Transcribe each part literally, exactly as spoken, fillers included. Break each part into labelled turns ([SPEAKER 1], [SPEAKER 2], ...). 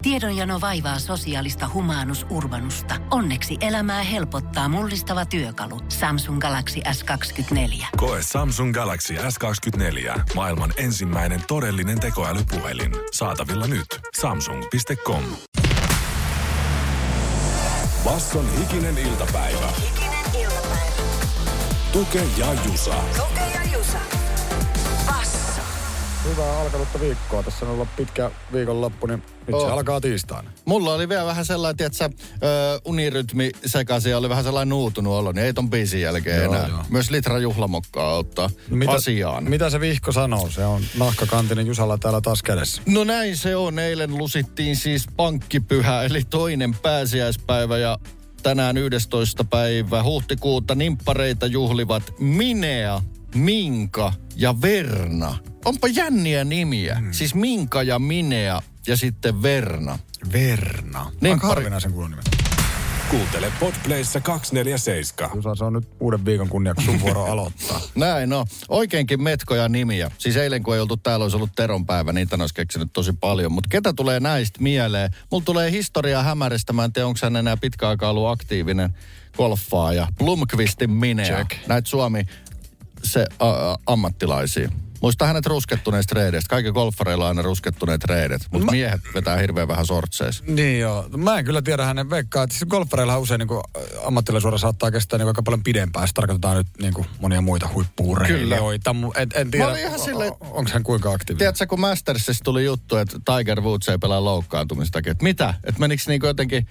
[SPEAKER 1] Tiedonjano vaivaa sosiaalista humanus urbanusta. Onneksi elämää helpottaa mullistava työkalu. Samsung Galaxy S kaksikymmentäneljä.
[SPEAKER 2] Koe Samsung Galaxy S kaksikymmentäneljä. Maailman ensimmäinen todellinen tekoälypuhelin. Saatavilla nyt. Samsung piste com. Basson hikinen iltapäivä.
[SPEAKER 3] Hikinen iltapäivä.
[SPEAKER 2] Tuke ja Jusa.
[SPEAKER 3] Tuke ja Jusa. Basso.
[SPEAKER 4] Hyvää alkanutta viikkoa. Tässä on ollut pitkä viikonloppu, niin nyt oh. se alkaa tiistaina.
[SPEAKER 5] Mulla oli vielä vähän sellainen, tietsä, ö, unirytmi sekaisin ja oli vähän sellainen nuutunut olo, niin ei ton biisin jälkeen joo, enää. Joo. Myös Litra juhlamokkaa auttaa no mitä, asiaan.
[SPEAKER 4] Mitä se vihko sanoo? Se on nahkakantinen Jusalla täällä taas kädessä.
[SPEAKER 5] No näin se on. Eilen lusittiin siis pankkipyhä, eli toinen pääsiäispäivä ja tänään yhdestoista päivä huhtikuuta nimppareita juhlivat Minea, Minka ja Verna. Onpa jänniä nimiä. Hmm. Siis Minka ja Minea ja sitten Verna.
[SPEAKER 4] Verna. Aika harvinaisen kuulun nimen.
[SPEAKER 2] Kuuntele Podplayssa kaksikymmentäseitsemän.
[SPEAKER 4] Jusa, se on nyt uuden viikon kunniaksi sun vuoro aloittaa.
[SPEAKER 5] Näin no. Oikeinkin metkoja nimiä. Siis eilen kun ei oltu täällä, olisi ollut Teron päivä, niitä olisi keksinyt tosi paljon. Mutta ketä tulee näistä mieleen? Mulla tulee historiaa hämäristä. Mä en tiedä, onko hän enää pitkä aikaa ollut aktiivinen golfaaja. Blomqvistin Minea. Check. Näitä Suomi se a, a, ammattilaisia. Muista hänet ruskettuneista reideistä. Kaikki golfareilla on aina ruskettuneet reidet, mutta mä... miehet vetää hirveän vähän sortseissa.
[SPEAKER 4] Niin joo. Mä en kyllä tiedä hänen veikkaa, että siis golfareilla usein niin ammattilaisuura saattaa kestää niin aika paljon pidempään. Sitä tarkoitetaan nyt niin kuin monia muita huippu-urheilijoita. En, en tiedä, sille... onko hän kuinka aktiivinen.
[SPEAKER 5] Tiedätkö, kun Mastersissa tuli juttu, että Tiger Woods ei pelaa loukkaantumista. Että mitä? Että menikö niin jotenkin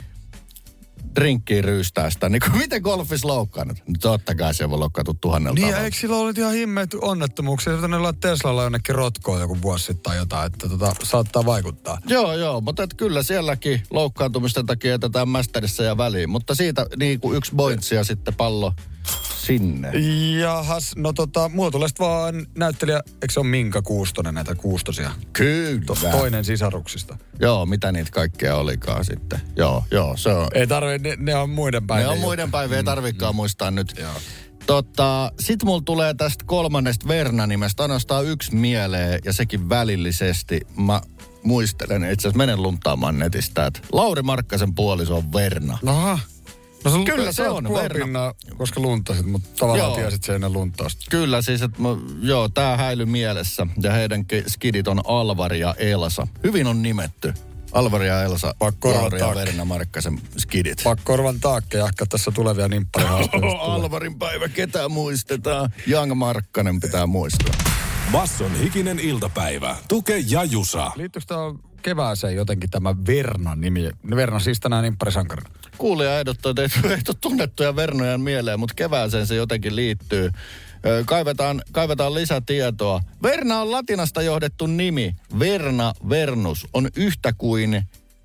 [SPEAKER 5] drinkkiin ryystää sitä. Niin kuin, miten golfissa loukkaannut? No totta kai se voi loukkaantua tuhannelta.
[SPEAKER 4] Niin ja eikö sillä ollut ihan himmeet onnettomuuksia? Se on Teslalla jonnekin rotkoon joku vuosi sitten tai jotain, että tota, saattaa vaikuttaa.
[SPEAKER 5] Joo, joo, mutta et kyllä sielläkin loukkaantumisten takia jätetään Masterissa ja väliin. Mutta siitä niin kuin yksi pointsi ja sitten pallo sinne.
[SPEAKER 4] Jahas, no tota, mulla tulee sitten vaan näyttelijä, eikö se ole Minka Kuustonen näitä kuustosia?
[SPEAKER 5] Kyllä.
[SPEAKER 4] Toinen sisaruksista.
[SPEAKER 5] Joo, mitä niitä kaikkea olikaan sitten. Joo, joo, se on.
[SPEAKER 4] Ei tarvi, ne, ne on muiden päivien.
[SPEAKER 5] Ne on muiden päivien, ei tarvikaan mm. muistaa nyt.
[SPEAKER 4] Joo.
[SPEAKER 5] Tota, sit mulla tulee tästä kolmannesta Verna-nimestä ainoastaan yksi mieleen ja sekin välillisesti. Mä muistelen, itse asiassa menen luntaamaan netistä, että Lauri Markkasen puoliso on Verna.
[SPEAKER 4] Aha. No se,
[SPEAKER 5] kyllä se on
[SPEAKER 4] Verna, koska luntasit, mutta tavallaan joo. Tiesit se ennen lunttausta.
[SPEAKER 5] Kyllä siis, että joo, tää häily mielessä ja heidän skidit on Alvari ja Elsa. Hyvin on nimetty. Alvari ja Elsa, Lauri ja Verna Markkasen skidit.
[SPEAKER 4] Pakkorvan taakke jahka tässä tulevia nimpparihaasteita.
[SPEAKER 5] Alvarin päivä, ketä muistetaan? Young Markkanen pitää muistaa.
[SPEAKER 2] Basson hikinen iltapäivä. Tuke ja Jusa.
[SPEAKER 4] Liittyykö tämä kevääseen jotenkin tämä Verna nimi? Verna siis tänään nimpparisankarina.
[SPEAKER 5] Kuulija ehdottaa, että ei, ei ole tunnettuja Vernoja mieleen, mutta kevääseen se jotenkin liittyy. Kaivetaan, kaivetaan lisätietoa. Verna on latinasta johdettu nimi. Verna Vernus on yhtä kuin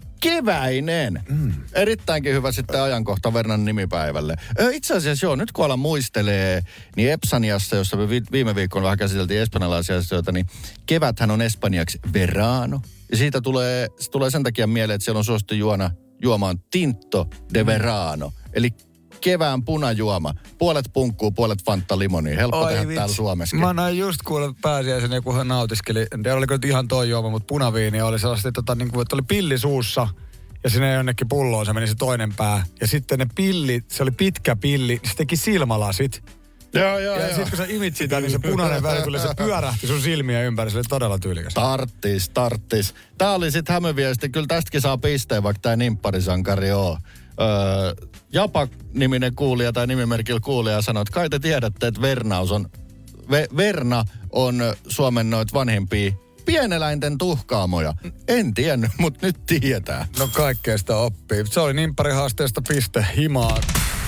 [SPEAKER 5] keväinen. Mm. Erittäinkin hyvä sitten ajankohta Vernan nimipäivälle. Itse asiassa joo, nyt kun alan muistelee, niin Epsaniassa, jossa me viime viikolla vähän käsiteltiin espanjalaisia asioita, niin keväthän on espanjaksi verano. Ja siitä tulee, se tulee sen takia mieleen, että siellä on suosittu juona, juomaan tinto de verano. Mm. Eli kevään punajuoma. Puolet punkkuu, puolet Fanta limonia. Helppo
[SPEAKER 4] Oi,
[SPEAKER 5] tehdä
[SPEAKER 4] vitsi.
[SPEAKER 5] Täällä Suomessakin.
[SPEAKER 4] Mä näin just kuulla pääsiäisen, joku hän nautiskeli. En tiedä, oliko nyt ihan toi juoma, mutta punaviini oli sellaista, tota, niin kuin, että oli pilli suussa. Ja sinne jonnekin pulloon se meni se toinen pää. Ja sitten ne pillit, se oli pitkä pilli, se teki silmälasit.
[SPEAKER 5] Joo, joo,
[SPEAKER 4] ja
[SPEAKER 5] joo.
[SPEAKER 4] sitten kun sä imit sitä, niin se punainen väri tuli, se pyörähti sun silmiä ympäri. Se oli todella tyylikäs.
[SPEAKER 5] Tarttis, tarttis. Tää oli sit hämöviesti. Kyllä tästäkin saa pisteen, vaikka tää nimpparisankari on. Öö, Japa-niminen kuulija tai nimimerkillä kuulija sanoi, että kai te tiedätte, että Vernaus on, Ve, Verna on Suomen noit vanhempia pieneläinten tuhkaamoja. En tiennyt, mutta nyt tietää.
[SPEAKER 4] No kaikkea sitä oppii. Se oli nimpparihaasteesta piste himaan.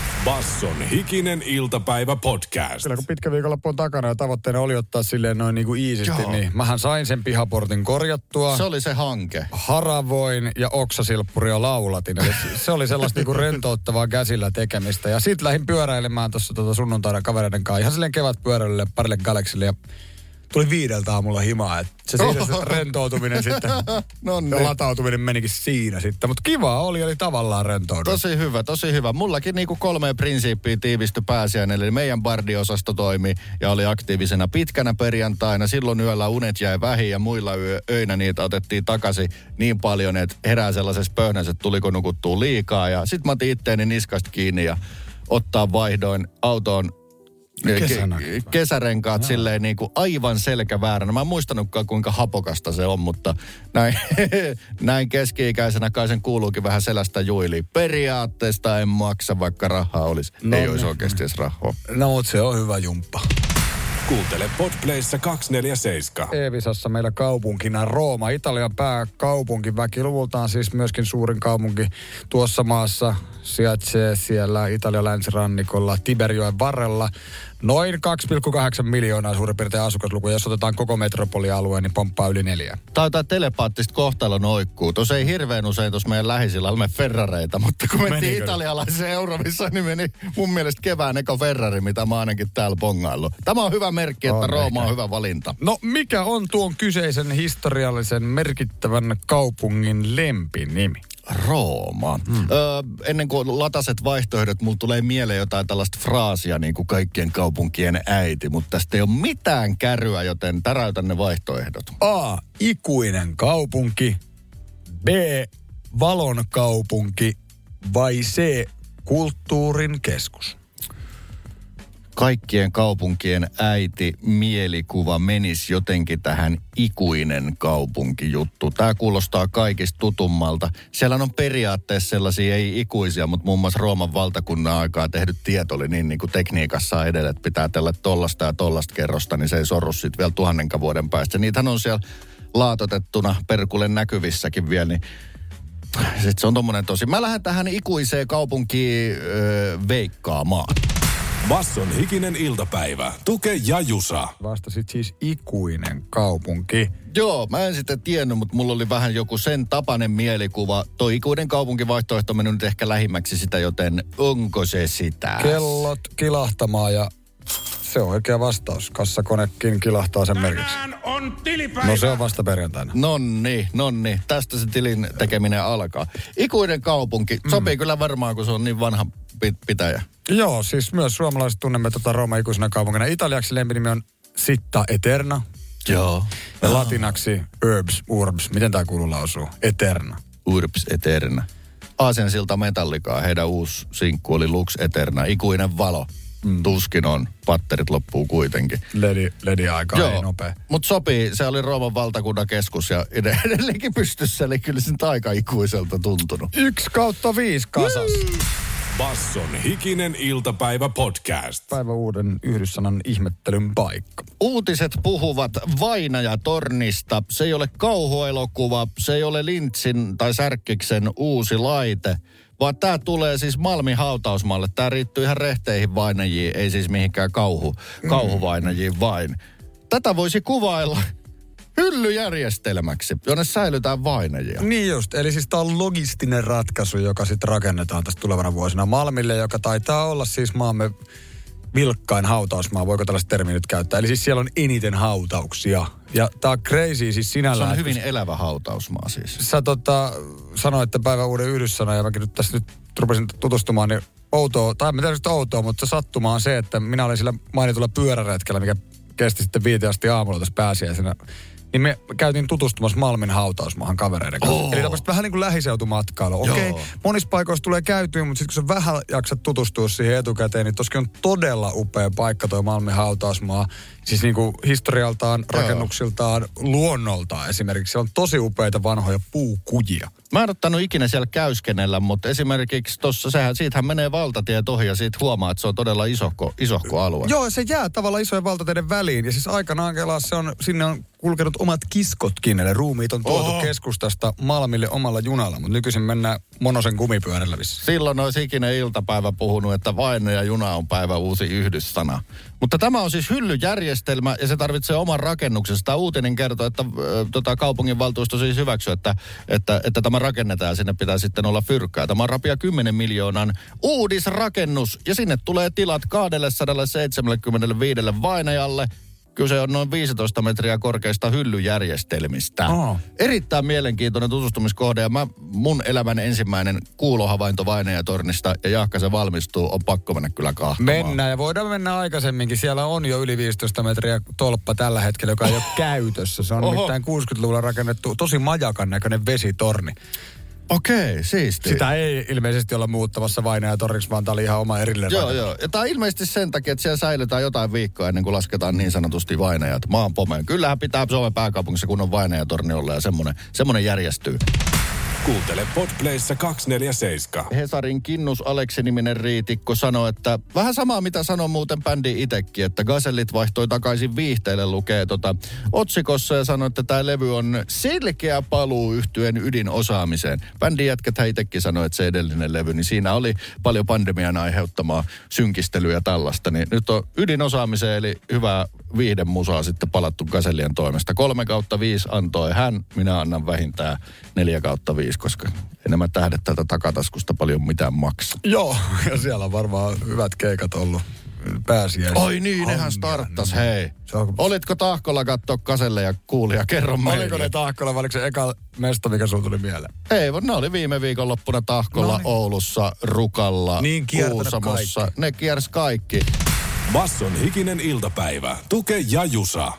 [SPEAKER 2] Basson hikinen iltapäivä podcast.
[SPEAKER 4] Kyllä kun pitkä viikonloppu on takana ja tavoitteena oli ottaa silleen noin niin kuin iisisti, niin mähän sain sen pihaportin korjattua.
[SPEAKER 5] Se oli se hanke.
[SPEAKER 4] Haravoin ja oksasilppuria laulatin. Eli se oli sellaista niin kuin rentouttavaa käsillä tekemistä. Ja sit lähdin pyöräilemään tuossa tuota sunnuntaina kavereiden kanssa. Ihan silleen kevätpyöräilylle parille Galaxylle ja tuli viideltä aamulla himaa. Et se siinä se rentoutuminen sitten
[SPEAKER 5] no niin.
[SPEAKER 4] ja latautuminen menikin siinä sitten. Mutta kiva oli, eli tavallaan rentoutunut.
[SPEAKER 5] Tosi hyvä, tosi hyvä. Mullakin niinku kolme prinsiippiä tiivistyi pääsiäinen. Eli meidän bardiosasto toimi ja oli aktiivisena pitkänä perjantaina. Silloin yöllä unet jäi vähin ja muilla yö, öinä niitä otettiin takaisin niin paljon, että herää sellaisessa pöhnässä, että tuliko nukuttua liikaa. Ja sit mä otin itteeni niskasta kiinni ja ottaa vaihdoin autoon Ke- kesärenkaat silleen niin kuin aivan selkävääränä. Mä en muistanutkaan kuinka hapokasta se on, mutta näin, näin keski-ikäisenä kai sen kuuluukin vähän selästä juiliin. Periaatteesta en maksa, vaikka rahaa olisi. No, Ei ne. olisi oikeasti edes rahaa.
[SPEAKER 4] No, mutta se on hyvä jumppa.
[SPEAKER 2] Kuuntele Podplayssa kaksikymmentäneljä
[SPEAKER 4] Evisassa meillä kaupunkina Rooma, Italian pääkaupunki, väkiluvultaan siis myöskin suurin kaupunki tuossa maassa, sijaitsee siellä Italian länsirannikolla Tiberjoen varrella. Noin kaksi pilkku kahdeksan miljoonaa suurin piirtein asukasluku, jos otetaan koko metropolialueen, niin pomppaa yli neljä.
[SPEAKER 5] Tää on tää telepaattista kohtalon oikkuu. Tuossa ei hirveän usein tuossa meidän lähisillä ole Ferrareita, mutta kun mentiin italialaisen Eurovissaan, niin meni mun mielestä kevään eka Ferrari, mitä mä ainakin täällä bongaillut. Tämä on hyvä merkki, että on Rooma eikä. on hyvä valinta.
[SPEAKER 4] No mikä on tuon kyseisen historiallisen merkittävän kaupungin lempinimi?
[SPEAKER 5] Rooma. Hmm. Öö, ennen kuin lataset vaihtoehdot, mulla tulee mieleen jotain tällaista fraasia, niin kuin kaikkien kaupunkien äiti, mutta tästä ei ole mitään käryä, joten täräytän ne vaihtoehdot.
[SPEAKER 4] A. Ikuinen kaupunki. B. Valon kaupunki. Vai C. Kulttuurin keskus.
[SPEAKER 5] Kaikkien kaupunkien äiti mielikuva menisi jotenkin tähän ikuinen kaupunkijuttu. Tämä kuulostaa kaikista tutummalta. Siellä on periaatteessa sellaisia ei ikuisia, mutta muun muassa Rooman valtakunnan aikaa tehdyt tiet oli niin, niin kuin tekniikassa edellä, että pitää tällä tollasta ja tollasta kerrosta, niin se ei sorru sitten vielä tuhannenka vuoden päästä. Niitähän on siellä laatotettuna perkulle näkyvissäkin vielä, niin sitten se on tommonen tosi. Mä lähden tähän ikuiseen kaupunkiin öö, veikkaamaan.
[SPEAKER 2] Basson hikinen iltapäivä. Tuke ja Jusa.
[SPEAKER 4] Vastasit siis ikuinen kaupunki.
[SPEAKER 5] Joo, mä en sitten tiennyt, mutta mulla oli vähän joku sen tapainen mielikuva. Toi ikuinen kaupunkivaihtoehto meni nyt ehkä lähimmäksi sitä, joten onko se sitä?
[SPEAKER 4] Kellot kilahtamaan ja se on oikea vastaus. Kassakonekin kilahtaa sen merkiksi.
[SPEAKER 6] On tilipäivä.
[SPEAKER 4] No se on vasta perjantaina.
[SPEAKER 5] Nonni, nonni. Tästä se tilin tekeminen alkaa. Ikuinen kaupunki. Mm. Sopii kyllä varmaan, kun se on niin vanha pitäjä.
[SPEAKER 4] Joo, siis myös suomalaiset tunnemme tota Rooma ikuisena kaupunkina. Italiaksi lempinimi on Città Eterna.
[SPEAKER 5] Joo.
[SPEAKER 4] Ja oh. latinaksi Urbs, Urbs. Miten tää kuuluu lausuu? Eterna.
[SPEAKER 5] Urbs Eterna. Aasensilta Metallikaa. Heidän uusi sinkku oli Lux Eterna. Ikuinen valo. Mm. Tuskin on. Patterit loppuu kuitenkin.
[SPEAKER 4] Ledi, ledi aika
[SPEAKER 5] Joo,
[SPEAKER 4] ei nopea.
[SPEAKER 5] Mutta sopii. Se oli Rooman valtakunnan keskus ja edelleenkin pystyssä. Eli kyllä sen aika ikuiselta tuntunut.
[SPEAKER 4] Yksi kautta viisi kasas. Mm.
[SPEAKER 2] Basson hikinen iltapäivä podcast.
[SPEAKER 4] Päivä uuden yhdyssanan ihmettelyn paikka.
[SPEAKER 5] Uutiset puhuvat Vainajatornista. Se ei ole kauhuelokuva, se ei ole Lintsin tai Särkkiksen uusi laite, vaan tämä tulee siis Malmin hautausmaalle. Tämä riittyy ihan rehteihin vainajiin, ei siis mihinkään kauhu, kauhuvainajiin vain. Tätä voisi kuvailla hyllyjärjestelmäksi, jonne säilytään vainajia.
[SPEAKER 4] Niin just, eli siis tämä on logistinen ratkaisu, joka sitten rakennetaan tästä tulevana vuosina Malmille, joka taitaa olla siis maamme vilkkain hautausmaa, voiko tällaista termiä nyt käyttää. Eli siis siellä on eniten hautauksia. Ja tää on crazy siis sinällään.
[SPEAKER 5] Se on hyvin elävä hautausmaa siis.
[SPEAKER 4] Sä tota, sanoit, että päivän uuden yhdyssana, ja mäkin nyt tässä nyt rupesin tutustumaan, niin outoa, tai en tiedä nyt outoa, mutta sattuma on se, että minä olin sillä mainitulla pyöräretkellä, mikä kesti sitten viiteen asti aamulla tässä pääsiäisenä. Niin me käytiin tutustumassa Malmin hautausmaahan kavereiden kanssa. Oh. Eli tämmöistä vähän niin kuin lähiseutumatkailu. Okei, okay, monissa paikoissa tulee käytyä, mutta sitten kun sä vähän jaksat tutustua siihen etukäteen, niin toskin on todella upea paikka toi Malmin hautausmaa. Siis niin kuin historialtaan, rakennuksiltaan, luonnoltaan esimerkiksi. Siellä on tosi upeita vanhoja puukujia.
[SPEAKER 5] Mä en ottanut ikinä siellä käyskennellä, mutta esimerkiksi tossa, sehän, siitähän menee valtatie ohi ja siitä huomaa, että se on todella isohko, isohko alue.
[SPEAKER 4] Joo, se jää tavallaan isojen valtateiden väliin. Ja siis aikanaan kelaa se on, sinne on kulkenut omat kiskotkin, eli ruumiit on tuotu Oho. keskustasta Malmille omalla junalla, mutta nykyisin mennään monosen kumipyörällä vissiin.
[SPEAKER 5] Silloin olisi ikinen iltapäivä puhunut, että vaine ja juna on päivä uusi yhdyssana. Mutta tämä on siis hyllyjärjestelmä ja se tarvitsee oman rakennuksensa. Tämä uutinen kertoo, että äh, tota, kaupunginvaltuusto siis hyväksyy, että, että, että tämä rakennetaan ja sinne pitää sitten olla fyrkkää. Tämä on rapia kymmenen miljoonan uudisrakennus ja sinne tulee tilat kaksisataaseitsemänkymmentäviisi vainajalle. Kyse on noin viisitoista metriä korkeista hyllyjärjestelmistä.
[SPEAKER 4] Oh.
[SPEAKER 5] Erittäin mielenkiintoinen tutustumiskohde ja mä, mun elämän ensimmäinen kuulohavainto Vainajatornista ja Jaakka se valmistuu, on pakko mennä kyllä kahtomaan.
[SPEAKER 4] Mennään ja voidaan mennä aikaisemminkin. Siellä on jo yli viisitoista metriä tolppa tällä hetkellä, joka ei ole käytössä. Se on
[SPEAKER 5] Oho.
[SPEAKER 4] nimittäin kuusikymmentäluvulla rakennettu tosi majakan näköinen vesitorni.
[SPEAKER 5] Okei, siisti.
[SPEAKER 4] Sitä ei ilmeisesti olla muuttamassa Vainajatoriksi, vaan tämä oli ihan oma erillinen
[SPEAKER 5] Joo,
[SPEAKER 4] rakennus.
[SPEAKER 5] joo. Ja tämä on ilmeisesti sen takia, että siellä säilytään jotain viikkoa ennen kuin lasketaan niin sanotusti vainajat maan pomeen. Kyllähän pitää Suomen pääkaupungissa kunnon Vainajatorni olla ja semmoinen, semmoinen järjestyy.
[SPEAKER 2] Kuuntele Podplayssa kaksisataaneljäkymmentäseitsemän.
[SPEAKER 5] Hesarin Kinnus Aleksi-niminen riitikko sanoi, että vähän samaa mitä sanoi muuten bändi itekin, että Gazellit vaihtoi takaisin viihteelle, lukee tota otsikossa ja sanoi, että tämä levy on selkeä paluu yhtyen ydinosaamiseen. Bändin jätkethän itekin sanoi, että se edellinen levy, niin siinä oli paljon pandemian aiheuttamaa synkistelyä ja tällaista, niin nyt on ydinosaamiseen eli hyvää viihdemusaa sitten palattu Gazellien toimesta. Kolme kautta viisi antoi hän, minä annan vähintään neljä kautta viisi, koska enemmän tähdet tältä takataskusta paljon mitään maksaa.
[SPEAKER 4] Joo, ja siellä on varmaan hyvät keikat ollut pääsiäis.
[SPEAKER 5] Oi niin, nehän starttas, hei.
[SPEAKER 4] On...
[SPEAKER 5] Olitko Tahkolla katsoa Gazelle ja kuuli ja kerro meille.
[SPEAKER 4] Oliko ne Tahkolla, vai oliko se eka mesta, mikä sulla tuli mieleen?
[SPEAKER 5] Ei, ne oli viime viikonloppuna Tahkolla,
[SPEAKER 4] Noniin.
[SPEAKER 5] Oulussa, Rukalla,
[SPEAKER 4] niin,
[SPEAKER 5] Kuusamossa.
[SPEAKER 4] kaikki.
[SPEAKER 5] Ne kiersi kaikki.
[SPEAKER 2] Basson hikinen iltapäivä. Tuke ja Jusa.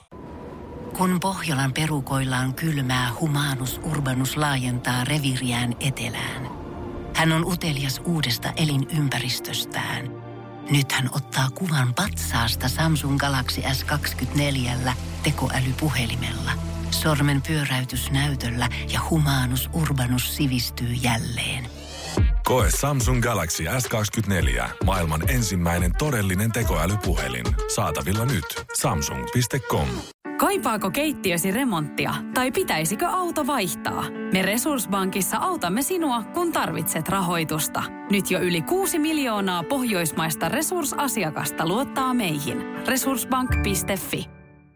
[SPEAKER 1] Kun Pohjolan perukoillaan kylmää, Humanus Urbanus laajentaa reviriään etelään. Hän on utelias uudesta elinympäristöstään. Nyt hän ottaa kuvan patsaasta Samsung Galaxy S kaksikymmentäneljä tekoälypuhelimella. Sormen pyöräytys näytöllä ja Humanus Urbanus sivistyy jälleen.
[SPEAKER 2] Koe Samsung Galaxy S kaksikymmentäneljä. Maailman ensimmäinen todellinen tekoälypuhelin. Saatavilla nyt. samsung piste com.
[SPEAKER 6] Kaipaako keittiösi remonttia tai pitäisikö auto vaihtaa? Me Resurssbankissa autamme sinua, kun tarvitset rahoitusta. Nyt jo yli kuusi miljoonaa pohjoismaista resursasiakasta luottaa meihin. resurssbank piste fi.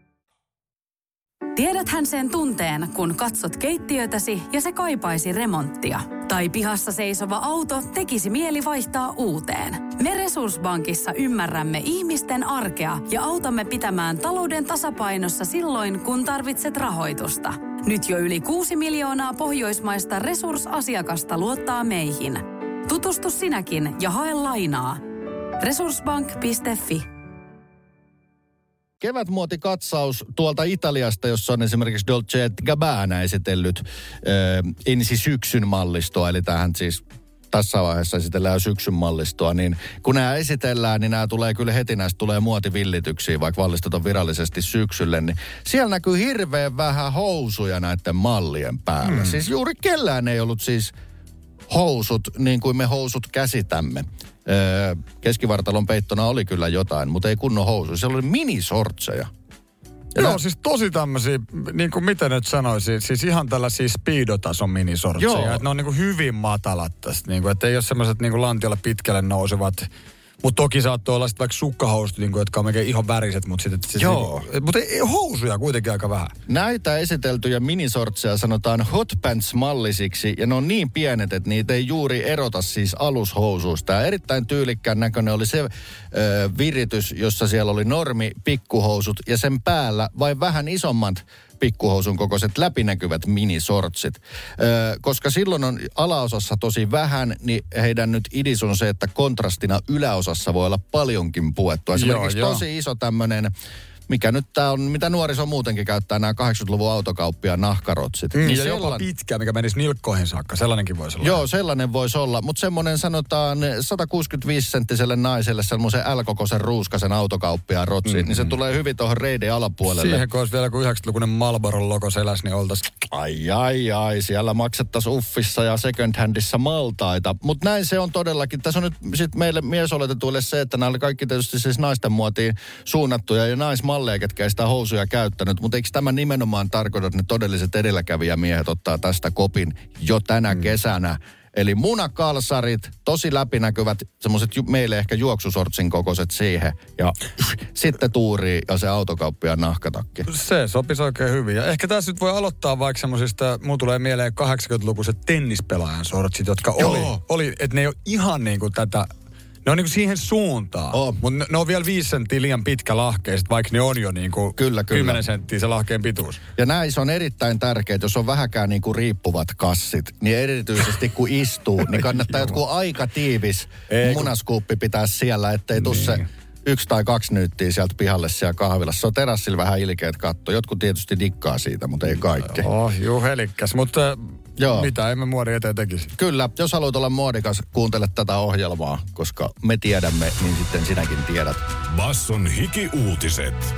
[SPEAKER 6] Tiedäthän sen tunteen, kun katsot keittiötäsi ja se kaipaisi remonttia. Tai pihassa seisova auto tekisi mieli vaihtaa uuteen. Me Resurssbankissa ymmärrämme ihmisten arkea ja autamme pitämään talouden tasapainossa silloin, kun tarvitset rahoitusta. Nyt jo yli kuusi miljoonaa pohjoismaista resursasiakasta luottaa meihin. Tutustu sinäkin ja hae lainaa. resurssbank piste fi.
[SPEAKER 5] Kevätmuotikatsaus tuolta Italiasta, jossa on esimerkiksi Dolce et Gabbana esitellyt ö, ensi syksyn mallistoa, eli tähän siis tässä vaiheessa esitellään syksyn mallistoa, niin kun nämä esitellään, niin nämä tulee kyllä heti, näistä tulee muotivillityksiä, vaikka vallistot on virallisesti syksylle, niin siellä näkyy hirveän vähän housuja näiden mallien päällä. Hmm. Siis juuri kellään ei ollut siis housut niin kuin me housut käsitämme. Öö, keskivartalon peittona oli kyllä jotain, mutta ei kunnon housuja. Siellä oli minisortseja. Ja
[SPEAKER 4] Joo,
[SPEAKER 5] nää...
[SPEAKER 4] siis tosi tämmöisiä, niin kuin miten nyt sanoisin, siis ihan tällaisia speedotason minisortseja.
[SPEAKER 5] Joo.
[SPEAKER 4] Että ne on niin kuin hyvin matalat tästä, niin kuin, että ei ole semmoiset niin kuin lantiolla pitkälle nousevat. Mutta toki saattoi olla sitten vaikka sukkahousut, niin kuin, jotka on melkein ihan väriset, mutta sitten... Siis
[SPEAKER 5] Joo.
[SPEAKER 4] Niin, mutta ei, housuja kuitenkin aika vähän.
[SPEAKER 5] Näitä esiteltyjä minisortseja sanotaan hot pants-mallisiksi, ja ne on niin pienet, että niitä ei juuri erota siis alushousuista. Ja erittäin tyylikkään näköinen oli se ö, viritys, jossa siellä oli normi pikkuhousut, ja sen päällä vain vähän isommat pikkuhousun kokoiset läpinäkyvät minisortsit. Öö, koska silloin on alaosassa tosi vähän, niin heidän nyt idis on se, että kontrastina yläosassa voi olla paljonkin puettua. Esimerkiksi
[SPEAKER 4] joo,
[SPEAKER 5] tosi iso tämmöinen, mikä nyt tää on, mitä nuoriso muutenkin käyttää, nämä kahdeksankymmentäluvun autokauppia nahkarotsit.
[SPEAKER 4] Mm,
[SPEAKER 5] niin
[SPEAKER 4] ja jopa
[SPEAKER 5] sellan...
[SPEAKER 4] pitkä, mikä menisi nilkkoihin saakka. Sellainenkin voisi olla.
[SPEAKER 5] Joo, sellainen voisi olla, mutta semmoinen sanotaan sata kuusikymmentäviisi senttiselle naiselle semmoisen L-kokoisen ruuskasen autokauppiaan rotsiin, mm-hmm. niin se tulee hyvin tuohon reidin alapuolelle.
[SPEAKER 4] Siihen kun olisi vielä kuin yhdeksänkymmentälukuinen Marlboron logo selässä, niin oltaisiin...
[SPEAKER 5] Ai, ai, ai, siellä maksettaisiin uffissa ja second handissa maltaita. Mutta näin se on todellakin. Tässä on nyt sitten meille miesoletetuille se, että nämä oli kaikki tietysti siis naisten muotiin suunnattuja ja naismalleja, ketkä ei sitä housuja käyttänyt. Mutta eikö tämä nimenomaan tarkoita, että ne todelliset edelläkävijämiehet ottaa tästä kopin jo tänä mm. kesänä? Eli munakalsarit, tosi läpinäkyvät, semmoiset ju- meille ehkä juoksusortsin kokoiset siihen. Ja sitten tuuri ja se autokauppiaan nahkatakki.
[SPEAKER 4] Se sopisi oikein hyvin. Ja ehkä tässä nyt voi aloittaa vaikka semmoisista, mulla tulee mieleen kahdeksankymmentälukuiset tennispelaajan sortsit, jotka
[SPEAKER 5] Joo.
[SPEAKER 4] oli, oli että ne ei ole ihan niin kuin tätä Ne on niinku siihen suuntaan.
[SPEAKER 5] Oh.
[SPEAKER 4] Mutta ne, ne on vielä viisi senttiä liian pitkä lahkeiset, vaikka ne on jo niinku
[SPEAKER 5] kyllä, kyllä.
[SPEAKER 4] kymmenen senttiä se lahkeen pituus.
[SPEAKER 5] Ja näissä on erittäin tärkeää, jos on vähäkään niinku riippuvat kassit, niin erityisesti kun istuu, niin kannattaa jotkut aika tiivis Ei, munaskuuppi pitää siellä, ettei niin. tuu se yksi tai kaksi nyyttiä sieltä pihalle siellä kahvilassa. Se on terassilla vähän ilkeät katto. Jotkut tietysti dikkaa siitä, mutta ei kaikki.
[SPEAKER 4] Oh, juu, helikkäs. Mutta Joo. mitä emme muodin eteen tekisi.
[SPEAKER 5] Kyllä, jos haluat olla muodikas, kuuntele tätä ohjelmaa, koska me tiedämme, niin sitten sinäkin tiedät.
[SPEAKER 2] Basson hiki-uutiset.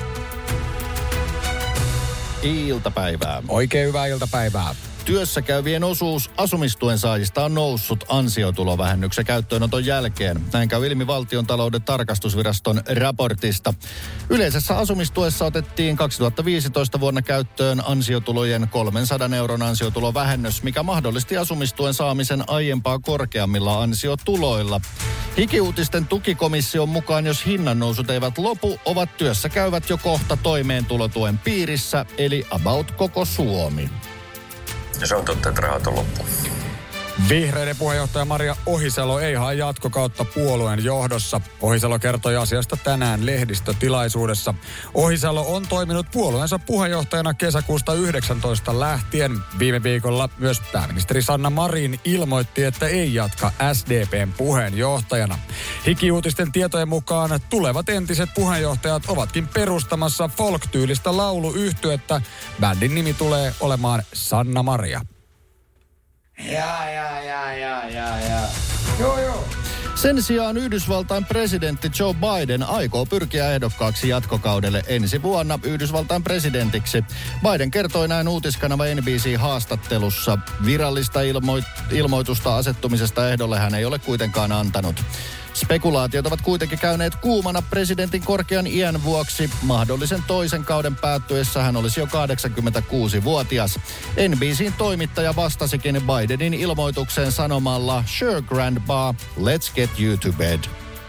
[SPEAKER 5] Iltapäivää.
[SPEAKER 4] Oikein hyvää iltapäivää.
[SPEAKER 5] Työssä käyvien osuus asumistuen saajista on noussut ansiotulovähennyksen käyttöönoton jälkeen. Näin käy ilmi Valtiontalouden tarkastusviraston raportista. Yleisessä asumistuessa otettiin kaksituhattaviisitoista vuonna käyttöön ansiotulojen kolmensadan euron ansiotulovähennys, mikä mahdollisti asumistuen saamisen aiempaa korkeammilla ansiotuloilla. Hikiuutisten tukikomission mukaan, jos hinnannousut eivät lopu, ovat työssä käyvät jo kohta toimeentulotuen piirissä, eli about koko Suomi.
[SPEAKER 7] Ja se on totta, että rahat on loppu.
[SPEAKER 4] Vihreiden puheenjohtaja Maria Ohisalo ei hae jatkokautta puolueen johdossa. Ohisalo kertoi asiasta tänään lehdistötilaisuudessa. Ohisalo on toiminut puolueensa puheenjohtajana kesäkuusta yhdeksäntoista lähtien. Viime viikolla myös pääministeri Sanna Marin ilmoitti, että ei jatka S D P:n puheenjohtajana. Hikiuutisten tietojen mukaan tulevat entiset puheenjohtajat ovatkin perustamassa folk-tyylistä lauluyhtyettä. Bändin nimi tulee olemaan Sanna Maria.
[SPEAKER 8] Ja, ja, ja, ja, ja, ja. Joo, joo.
[SPEAKER 5] Sen sijaan Yhdysvaltain presidentti Joe Biden aikoo pyrkiä ehdokkaaksi jatkokaudelle ensi vuonna Yhdysvaltain presidentiksi. Biden kertoi näin uutiskanava N B C-haastattelussa. Virallista ilmo- ilmoitusta asettumisesta ehdolle hän ei ole kuitenkaan antanut. Spekulaatiot ovat kuitenkin käyneet kuumana presidentin korkean iän vuoksi. Mahdollisen toisen kauden päättyessä hän olisi jo kahdeksankymmentäkuusi-vuotias. N B C:n toimittaja vastasikin Bidenin ilmoitukseen sanomalla "Sure, grandpa, let's get you to bed."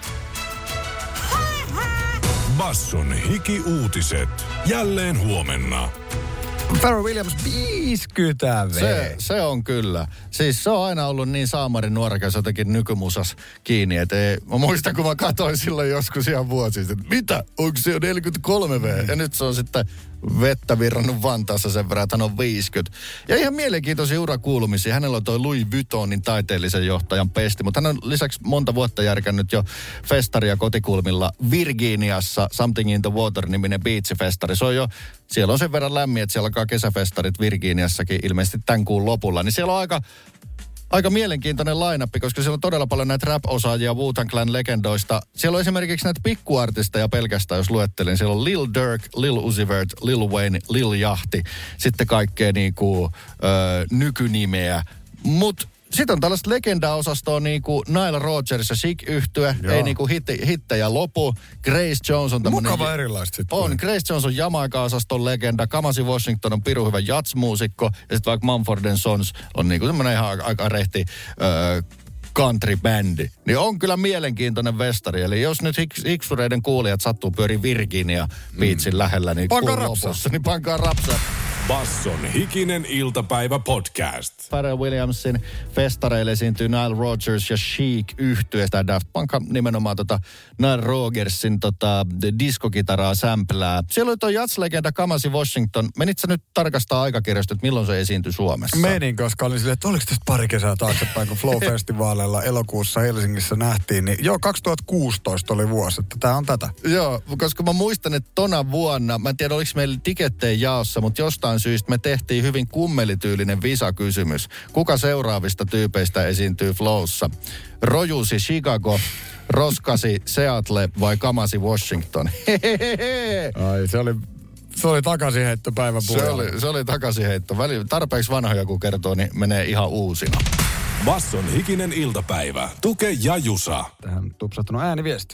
[SPEAKER 2] Basson hiki-uutiset. Jälleen huomenna.
[SPEAKER 4] Pharrell Williams viisikymmentä V.
[SPEAKER 5] Se, se on kyllä. Siis se on aina ollut niin saamarin nuorekas jotenkin nykymusas kiinni. Et ei, mä muistan, kun mä katsoin silloin joskus ihan vuosia, että mitä, onko se jo neljäkymmentäkolme V? Ja nyt se on sitten vettä virrannut Vantaassa sen verran, että hän on viisikymmentä. Ja ihan mielenkiintoisia urakuulumisia. Hänellä on toi Louis Vuittonin taiteellisen johtajan pesti, mutta hän on lisäksi monta vuotta järkännyt jo festaria kotikulmilla Virginiassa, Something in the Water-niminen beach-festari. Se on jo, siellä on sen verran lämmin, että siellä alkaa kesäfestarit Virginiassakin ilmeisesti tämän kuun lopulla. Niin siellä on aika... Aika mielenkiintoinen line-up, koska siellä on todella paljon näitä rap-osaajia Wu-Tang Clan-legendoista. Siellä on esimerkiksi näitä pikkuartisteja pelkästään, jos luettelin. Siellä on Lil Durk, Lil Uzi Vert, Lil Wayne, Lil Yachty. Sitten kaikkea niinku öö, nykynimeä. Mut sitten on tällaista legendaosastoa niinku Nile Rodgers ja Chic-yhtye. Ei niinku hitte, hittejä lopu. Grace Jones on tämmönen...
[SPEAKER 4] Mukava erilaista sitten.
[SPEAKER 5] On. Grace Jones on Jamaica-osaston legenda. Kamasi Washington on pirun hyvä jazz-muusikko. Ja sitten vaikka Mumford and Sons on niinku semmoinen ihan aika rehti... Öö, country-bändi. Niin on kyllä mielenkiintoinen festari. Eli jos nyt Hiksureiden kuulijat sattuu pyöri Virginia Beachin mm. lähellä, niin
[SPEAKER 4] pankaa rapsa.
[SPEAKER 5] Niin pankaa rapsa.
[SPEAKER 2] Basson hikinen iltapäivä podcast.
[SPEAKER 5] Pharrell Williamsin festareille esiintyy Nile Rodgers ja Chic-yhtye. Tämä Daft Punk nimenomaan tota Nile Rodgersin tota, diskokitaraa sämplää. Siellä oli tuo jazz-legenda Kamasi Washington. Menit sä nyt tarkastaa aikakirjasta, että milloin se esiintyi Suomessa?
[SPEAKER 4] Menin, koska olin silleen, että oliko tästä pari kesää taaksepäin, kun Flow-festivaaleilla elokuussa Helsingissä nähtiin. Niin joo, kaksituhattakuusitoista oli vuosi, että tää on tätä.
[SPEAKER 5] Joo, koska mä muistan, että tona vuonna, mä en tiedä oliko meillä tikettejä jaossa, mutta jostain syystä me tehtiin hyvin kummelityylinen visakysymys. Kuka seuraavista tyypeistä esiintyy Flowssa? Rojusi Chicago, roskasi Seattle vai kamasi Washington? Hehehe.
[SPEAKER 4] Ai, se oli, se oli takaisinheitto päivän puolella.
[SPEAKER 5] Se oli, se oli takaisinheitto. Väli, tarpeeksi vanhoja kun kertoo, niin menee ihan uusina.
[SPEAKER 2] Basson hikinen iltapäivä. Tuke ja Jusa.
[SPEAKER 4] Tähän tupsattunut ääniviesti.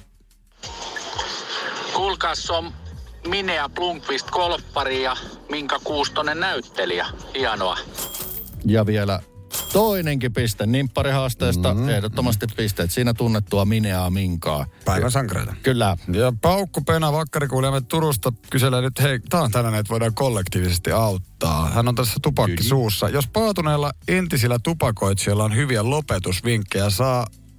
[SPEAKER 9] Kuulkaas, se on Minea Blomqvist golfari ja Minka Kuustonen näyttelijä. Hienoa.
[SPEAKER 5] Ja vielä toinenkin piste nimpparihaasteesta. Mm-hmm. Ehdottomasti pisteet. Siinä tunnettua Mineaa Minkaa.
[SPEAKER 4] Päivän sankareita.
[SPEAKER 5] Kyllä.
[SPEAKER 4] Ja Paukku Pena Vakkarikuulijamme Turusta kyselee nyt, hei, tää on tällainen, että voidaan kollektiivisesti auttaa. Hän on tässä tupakki suussa. Jos paatuneella entisillä tupakoitsijoilla on hyviä lopetusvinkkejä, saa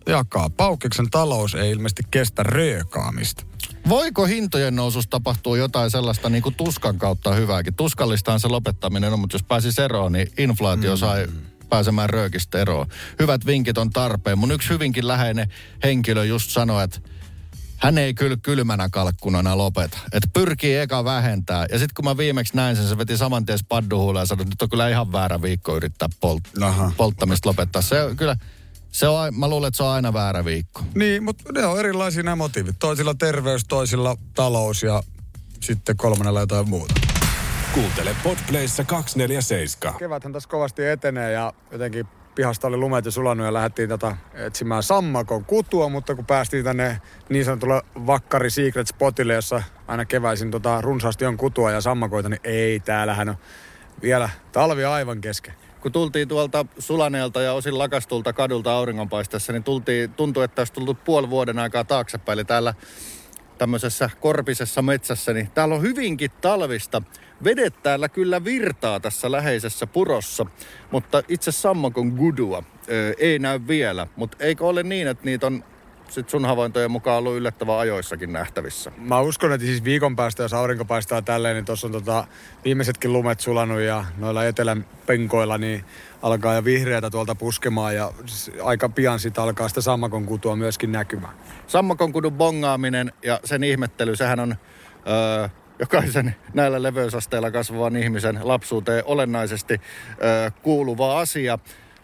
[SPEAKER 4] jakaa. Paukiksen talous ei ilmeisesti kestä röökaamista.
[SPEAKER 5] Voiko hintojen nousussa tapahtua jotain sellaista niin kuin tuskan kautta hyvääkin? Tuskallistaan se lopettaminen on, mutta jos pääsisi eroon, niin inflaatio mm. sai pääsemään röökistä eroon. Hyvät vinkit on tarpeen. Mun yksi hyvinkin läheinen henkilö just sanoi, että hän ei kyllä kylmänä kalkkunana lopeta. Että pyrkii eka vähentää. Ja sitten kun mä viimeksi näin sen, se veti saman tien spadduhuulle ja sanoi, että nyt on kyllä ihan väärä viikko yrittää polt- polttamista lopettaa. Se kyllä, se on, mä luulen, että se on aina väärä viikko.
[SPEAKER 4] Niin, mutta ne on erilaisia nämä motiivit. Toisilla terveys, toisilla talous ja sitten kolmannella jotain muuta.
[SPEAKER 2] Kuuntele Podplayssa kaksikymmentäseitsemän.
[SPEAKER 4] Keväthän tässä kovasti etenee ja jotenkin pihasta oli lumet ja sulanut ja lähdettiin tota etsimään sammakon kutua, mutta kun päästiin tänne niin sanotulle Vakkari Secret Spotille, jossa aina keväisin tota runsaasti on kutua ja sammakoita, niin ei, täällähän on vielä talvi aivan kesken.
[SPEAKER 5] Kun tultiin tuolta Sulaneelta ja osin lakastulta kadulta auringonpaisteessa, niin tultiin, tuntui, että olisi tullut puoli vuoden aikaa taaksepäin. Eli täällä tämmöisessä korpisessa metsässä, niin täällä on hyvinkin talvista. Vedet täällä kyllä virtaa tässä läheisessä purossa, mutta itse sammakon gudua ö, ei näy vielä. Mutta eikö ole niin, että niitä on sit sun havaintojen mukaan ollut yllättävän ajoissakin nähtävissä?
[SPEAKER 4] Mä uskon, että siis viikon päästä, jos aurinko paistaa tälleen, niin tuossa on tota viimeisetkin lumet sulanut ja noilla etelän penkoilla niin alkaa jo vihreätä tuolta puskemaan ja aika pian siitä alkaa sitä sammakon kutua myöskin näkymään.
[SPEAKER 5] Sammakon kudun bongaaminen ja sen ihmettely, sehän on Öö, jokaisen näillä leveysasteilla kasvavan ihmisen lapsuuteen olennaisesti ö, kuuluva asia.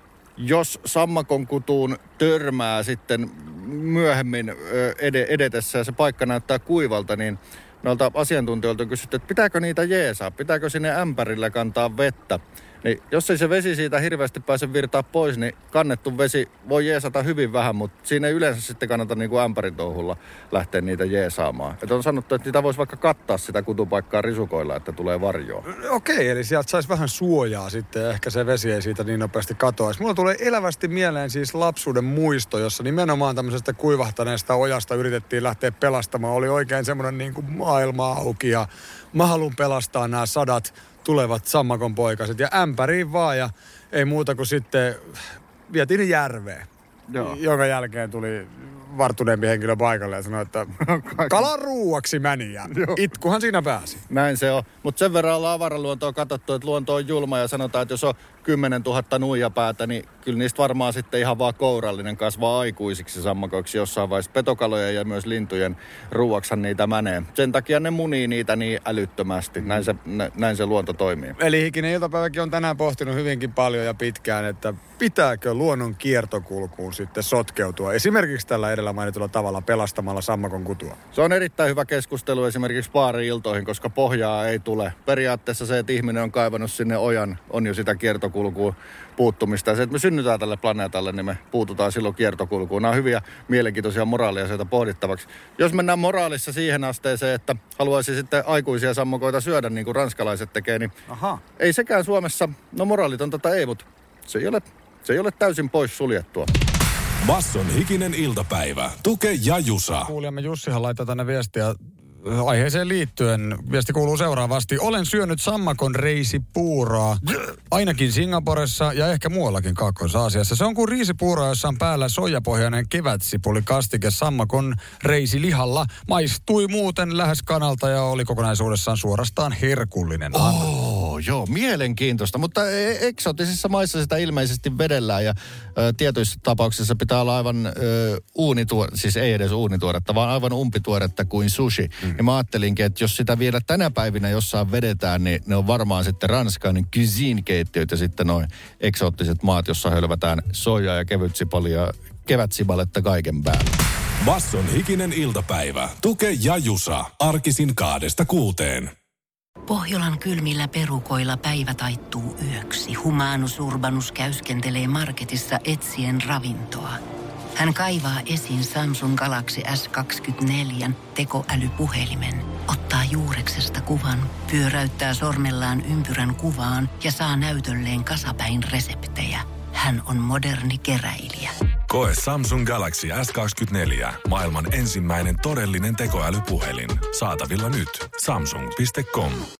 [SPEAKER 5] Jos sammakon kutuun törmää sitten myöhemmin ö, ed- edetessä ja se paikka näyttää kuivalta, niin noilta asiantuntijoilta on kysytty, että pitääkö niitä jeesaa, pitääkö sinne ämpärillä kantaa vettä. Niin jos ei se vesi siitä hirveästi pääse virtaa pois, niin kannettu vesi voi jeesata hyvin vähän, mutta siinä ei yleensä sitten kannata niin kuin ämpärin touhulla lähteä niitä jeesaamaan. Et on sanottu, että niitä voisi vaikka kattaa sitä kutupaikkaa risukoilla, että tulee varjoa.
[SPEAKER 4] Okei, eli sieltä saisi vähän suojaa sitten ja ehkä se vesi ei siitä niin nopeasti katoaisi. Mulla tulee elävästi mieleen siis lapsuuden muisto, jossa nimenomaan tämmöisestä kuivahtaneesta ojasta yritettiin lähteä pelastamaan. Oli oikein semmoinen niin kuin maailma auki ja mä haluan pelastaa nämä sadat tulevat sammakon poikaset ja ämpäriin vaan ja ei muuta kuin sitten vietiin järveen. Joo. Jonka jälkeen tuli varttuneempi henkilö paikalle ja sanoi, että kalan ruuaksi meni ja itkuhan siinä pääsi.
[SPEAKER 5] Näin se on. Mutta sen verran ollaan avaraluontoa katsottu, että luonto on julma ja sanotaan, että jos on kymmenen tuhatta nuijapäätä, niin kyllä niistä varmaan sitten ihan vaan kourallinen kasvaa aikuisiksi sammakoiksi jossain vaiheessa. Petokalojen ja myös lintujen ruuaksihan niitä menee. Sen takia ne munii niitä niin älyttömästi. Näin se, nä, näin se luonto toimii.
[SPEAKER 4] Eli Hikinen iltapäiväkin on tänään pohtinut hyvinkin paljon ja pitkään, että pitääkö luonnon kiertokulkuun sitten sotkeutua esimerkiksi tällä edellä mainitulla tavalla pelastamalla sammakon kutua?
[SPEAKER 5] Se on erittäin hyvä keskustelu esimerkiksi baari-iltoihin, koska pohjaa ei tule. Periaatteessa se, että ihminen on kaivannut sinne ojan, on jo sitä kiertokulkuun puuttumista. Ja se, että me synnytään tälle planeetalle, niin me puututaan silloin kiertokulkuun. Nämä on hyviä, mielenkiintoisia moraaliasioita pohdittavaksi. Jos mennään moraalissa siihen asteeseen, että haluaisi sitten aikuisia sammakoita syödä, niin kuin ranskalaiset tekee, niin Aha. ei sekään Suomessa, no moraalitonta ei, mutta se ei ole, se ei ole täysin pois suljettua.
[SPEAKER 2] Basson hikinen iltapäivä. Tuke ja Jusa.
[SPEAKER 4] Kuulijamme Jussihan laittaa tänne viestiä aiheeseen liittyen. Viesti kuuluu seuraavasti. Olen syönyt sammakon reisipuuroa. Ainakin Singaporessa ja ehkä muuallakin Kaakkois-Aasiassa. Se on kuin riisipuuroa, jossa on päällä soijapohjainen kevätsipulikastike sammakon reisilihalla. Maistui muuten lähes kanalta ja oli kokonaisuudessaan suorastaan herkullinen.
[SPEAKER 5] Oh, joo, mielenkiintoista. Mutta eksoottisissa maissa sitä ilmeisesti vedellään ja ö, tietyissä tapauksissa pitää olla aivan ö, uunituoretta, siis ei edes uunituoretta, vaan aivan umpituoretta kuin sushi. Mm. Ja mä ajattelinkin, että jos sitä vielä tänä päivinä jossain vedetään, niin ne on varmaan sitten ranskainen cuisine-keittiöt ja sitten noin eksoottiset maat, jossa hölvätään soijaa ja kevytsipolia, kevätsibaletta kaiken päälle.
[SPEAKER 2] Basson hikinen iltapäivä. Tuke ja Jusa. Arkisin kaadesta kuuteen.
[SPEAKER 1] Pohjolan kylmillä perukoilla päivä taittuu yöksi. Humanus Urbanus käyskentelee marketissa etsien ravintoa. Hän kaivaa esiin Samsung Galaxy S kaksikymmentäneljä tekoälypuhelimen, ottaa juureksesta kuvan, pyöräyttää sormellaan ympyrän kuvaan ja saa näytölleen kasapäin reseptejä. Hän on moderni keräilijä.
[SPEAKER 2] Koe Samsung Galaxy S kaksikymmentäneljä. Maailman ensimmäinen todellinen tekoälypuhelin. Saatavilla nyt. Samsung piste com.